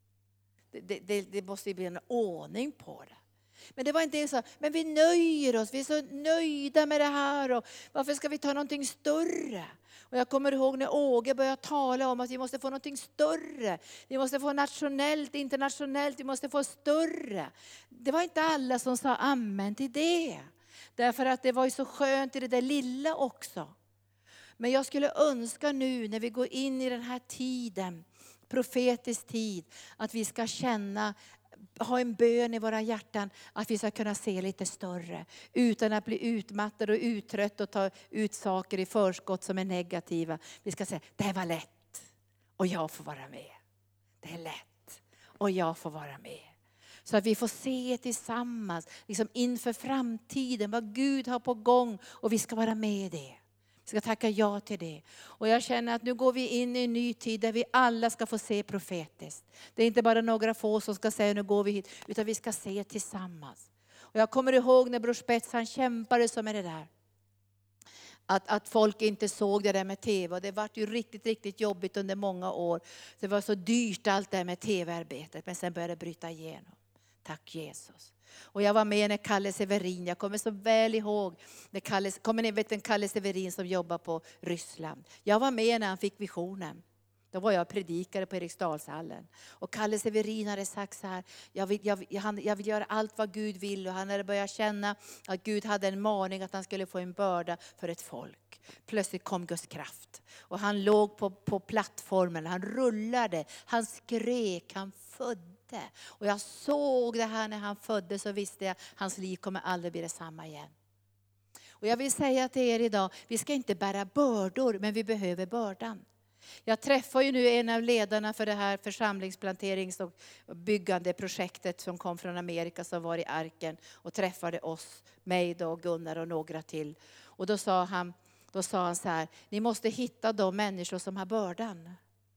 Det, det, det måste bli en ordning på det. Men det var inte så, men vi nöjer oss, vi är så nöjda med det här. Och varför ska vi ta någonting större? Och jag kommer ihåg när Åge började tala om att vi måste få någonting större. Vi måste få nationellt, internationellt, vi måste få större. Det var inte alla som sa amen till det. Därför att det var ju så skönt i det där lilla också. Men jag skulle önska nu när vi går in i den här tiden, profetisk tid, att vi ska känna, ha en bön i våra hjärtan att vi ska kunna se lite större utan att bli utmattade och uttrött och ta ut saker i förskott som är negativa. Vi ska säga, det var lätt och jag får vara med. Det är lätt och jag får vara med. Så att vi får se tillsammans liksom inför framtiden vad Gud har på gång och vi ska vara med i det. Vi ska tacka ja till det. Och jag känner att nu går vi in i en ny tid där vi alla ska få se profetiskt. Det är inte bara några få som ska säga nu går vi hit. Utan vi ska se tillsammans. Och jag kommer ihåg när Bror Spets han kämpade så med det där. Att, att folk inte såg det där med tv. Och det var ju riktigt, riktigt jobbigt under många år. Det var så dyrt allt det här med tv-arbetet. Men sen började det bryta igenom. Tack Jesus. Och jag var med när Kalle Severin, jag kommer så väl ihåg, när Kalle, kommer ni vet en Kalle Severin som jobbar på Ryssland. Jag var med när han fick visionen. Då var jag predikare på Eriksdalshallen. Och Kalle Severin hade sagt så här, jag vill, jag, jag, jag vill göra allt vad Gud vill. Och han hade börjat känna att Gud hade en maning att han skulle få en börda för ett folk. Plötsligt kom Guds kraft. Och han låg på, på plattformen, han rullade, han skrek, han födde. Och jag såg det här när han föddes, så visste jag att hans liv kommer aldrig bli detsamma igen. Och jag vill säga till er idag, vi ska inte bära bördor, men vi behöver bördan. Jag träffar ju nu en av ledarna för det här församlingsplanterings- och byggandeprojektet som kom från Amerika, som var i Arken och träffade oss, mig då, Gunnar och några till. Och då sa han, då sa han så här, ni måste hitta de människor som har bördan.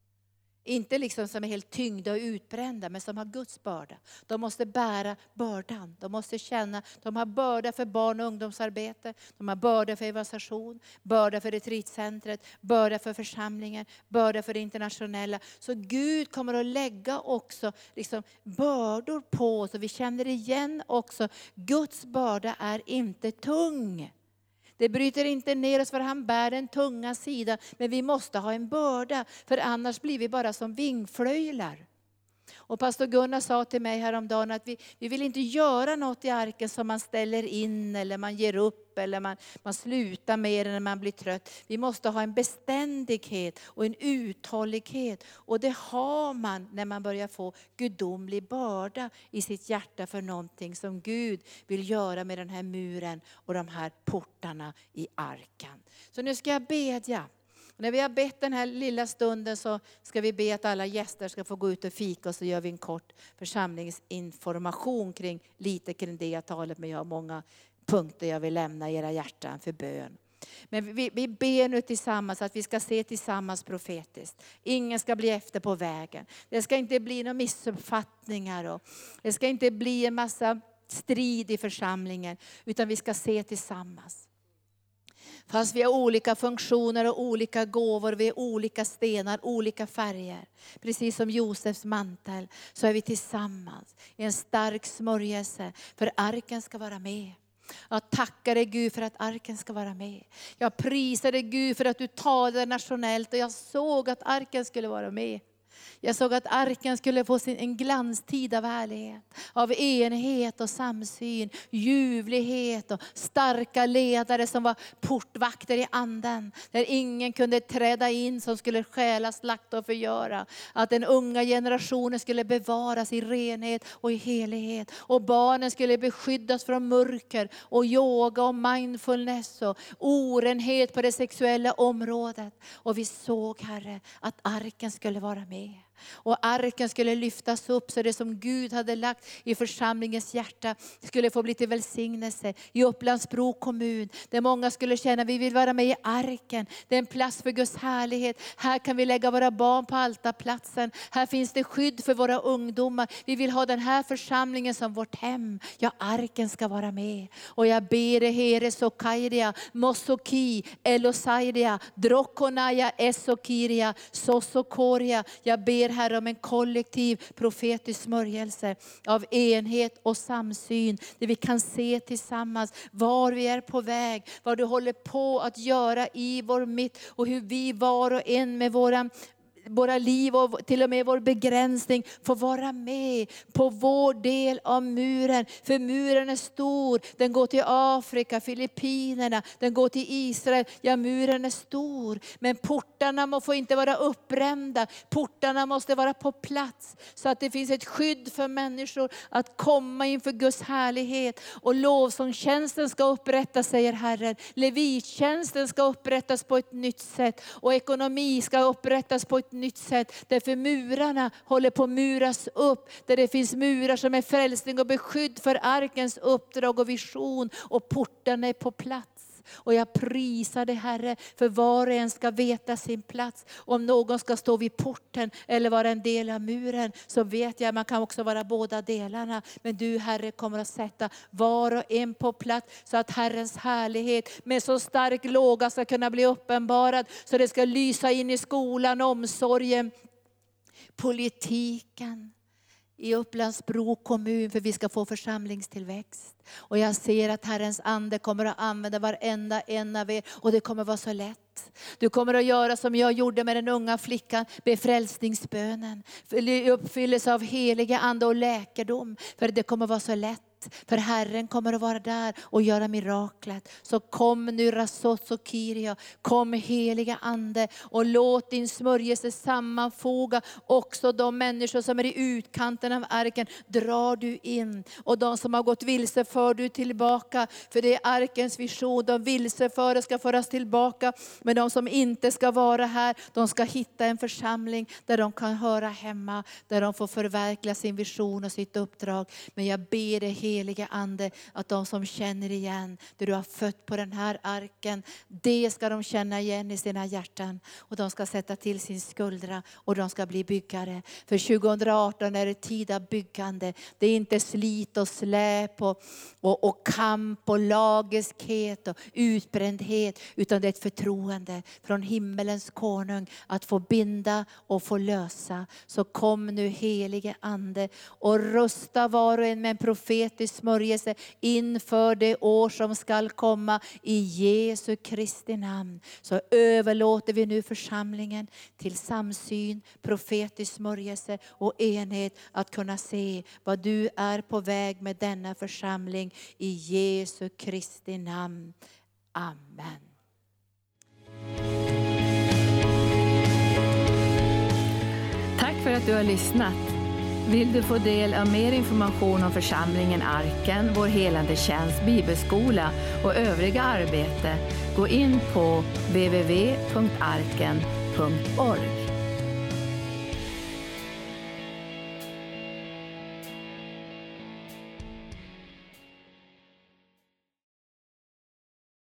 Inte liksom som är helt tyngda och utbrända, men som har Guds börda. De måste bära bördan. De måste känna, de har börda för barn- och ungdomsarbete. De har börda för evangelisation, börda för retreatcentret, börda för församlingen, börda för det internationella. Så Gud kommer att lägga också liksom bördor på oss. Och vi känner igen också, Guds börda är inte tung. Det bryter inte ner oss, för han bär den tunga sidan. Men vi måste ha en börda, för annars blir vi bara som vingflöjlar. Och pastor Gunnar sa till mig häromdagen att vi, vi vill inte göra något i arken som man ställer in eller man ger upp eller man, man slutar med när man blir trött. Vi måste ha en beständighet och en uthållighet. Och det har man när man börjar få gudomlig börda i sitt hjärta för någonting som Gud vill göra med den här muren och de här portarna i arken. Så nu ska jag bedja. När vi har bett den här lilla stunden så ska vi be att alla gäster ska få gå ut och fika, och så gör vi en kort församlingsinformation kring lite kring det jag talat med. Jag har många punkter jag vill lämna i era hjärtan för bön. Men vi, vi ber nu tillsammans att vi ska se tillsammans profetiskt. Ingen ska bli efter på vägen. Det ska inte bli några missuppfattningar och det ska inte bli en massa strid i församlingen, utan vi ska se tillsammans. Fast vi har olika funktioner och olika gåvor, vi är olika stenar, olika färger. Precis som Josefs mantel så är vi tillsammans i en stark smörjelse, för arken ska vara med. Jag tackar dig Gud för att arken ska vara med. Jag prisar dig Gud för att du talade nationellt och jag såg att arken skulle vara med. Jag såg att arken skulle få sin, en glanstid av härlighet, av enhet och samsyn, ljuvlighet och starka ledare som var portvakter i anden. Där ingen kunde träda in som skulle stjäla, slakta och förgöra. Att den unga generationen skulle bevaras i renhet och i helighet. Och barnen skulle beskyddas från mörker och yoga och mindfulness och orenhet på det sexuella området. Och vi såg, Herre, att arken skulle vara med. Och arken skulle lyftas upp så det som Gud hade lagt i församlingens hjärta skulle få bli till välsignelse i Upplandsbro kommun. Där många skulle känna att vi vill vara med i arken. Det är en plats för Guds härlighet. Här kan vi lägga våra barn på altarplatsen. Här finns det skydd för våra ungdomar. Vi vill ha den här församlingen som vårt hem. Ja, arken ska vara med. Och jag ber dig, Here Sokairia, Mosoki, Elosairia, Drokonaya, Esokiria, Sosokoria. Jag ber Herre om en kollektiv profetisk smörjelse av enhet och samsyn. Där vi kan se tillsammans var vi är på väg. Vad du håller på att göra i vår mitt. Och hur vi var och en med våra våra liv och till och med vår begränsning får vara med på vår del av muren. För muren är stor. Den går till Afrika, Filippinerna, den går till Israel. Ja, muren är stor. Men portarna må få inte vara uppbrända. Portarna måste vara på plats. Så att det finns ett skydd för människor att komma inför Guds härlighet. Och lovsångstjänsten ska upprättas, säger Herren. Levittjänsten ska upprättas på ett nytt sätt. Och ekonomi ska upprättas på ett nytt sätt. Därför murarna håller på att muras upp. Där det finns murar som är frälsning och beskydd för arkens uppdrag och vision. Och portarna är på plats. Och jag prisar dig, Herre, för var och en ska veta sin plats. Om någon ska stå vid porten eller vara en del av muren, så vet jag att man kan också vara båda delarna. Men du, Herre, kommer att sätta var och en på plats så att Herrens härlighet med så stark låga ska kunna bli uppenbarad. Så det ska lysa in i skolan, omsorgen, politiken. I Upplandsbro kommun, för vi ska få församlingstillväxt. Och jag ser att Herrens ande kommer att använda varenda en av er. Och det kommer vara så lätt. Du kommer att göra som jag gjorde med den unga flickan, be frälsningsbönen. Uppfyllelse av heliga ande och läkedom. För det kommer att vara så lätt. För Herren kommer att vara där och göra miraklet. Så kom nu Rasot och Kiria. Kom heliga ande och låt din smörjelse sammanfoga också de människor som är i utkanten av arken. Drar du in. Och de som har gått vilse för du tillbaka. För det är arkens vision. De vilseföra ska föras tillbaka. Men de som inte ska vara här, de ska hitta en församling där de kan höra hemma. Där de får förverkliga sin vision och sitt uppdrag. Men jag ber dig heliga ande, att de som känner igen det du har fött på den här arken, det ska de känna igen i sina hjärtan. Och de ska sätta till sin skuldra och de ska bli byggare. För tjugo arton är det tid av byggande. Det är inte slit och släp och, och, och kamp och lagiskhet och utbrändhet, utan det är ett förtroende från himmelens konung att få binda och få lösa. Så kom nu helige ande och rusta var och en med en profetisk smörjelse inför det år som skall komma i Jesu Kristi namn. Så överlåter vi nu församlingen till samsyn, profetisk smörjelse och enhet att kunna se vad du är på väg med denna församling i Jesu Kristi namn. Amen. Tack för att du har lyssnat. Vill du få del av mer information om församlingen Arken, vår helande tjänst, bibelskola och övriga arbete, gå in på w w w punkt arken punkt org.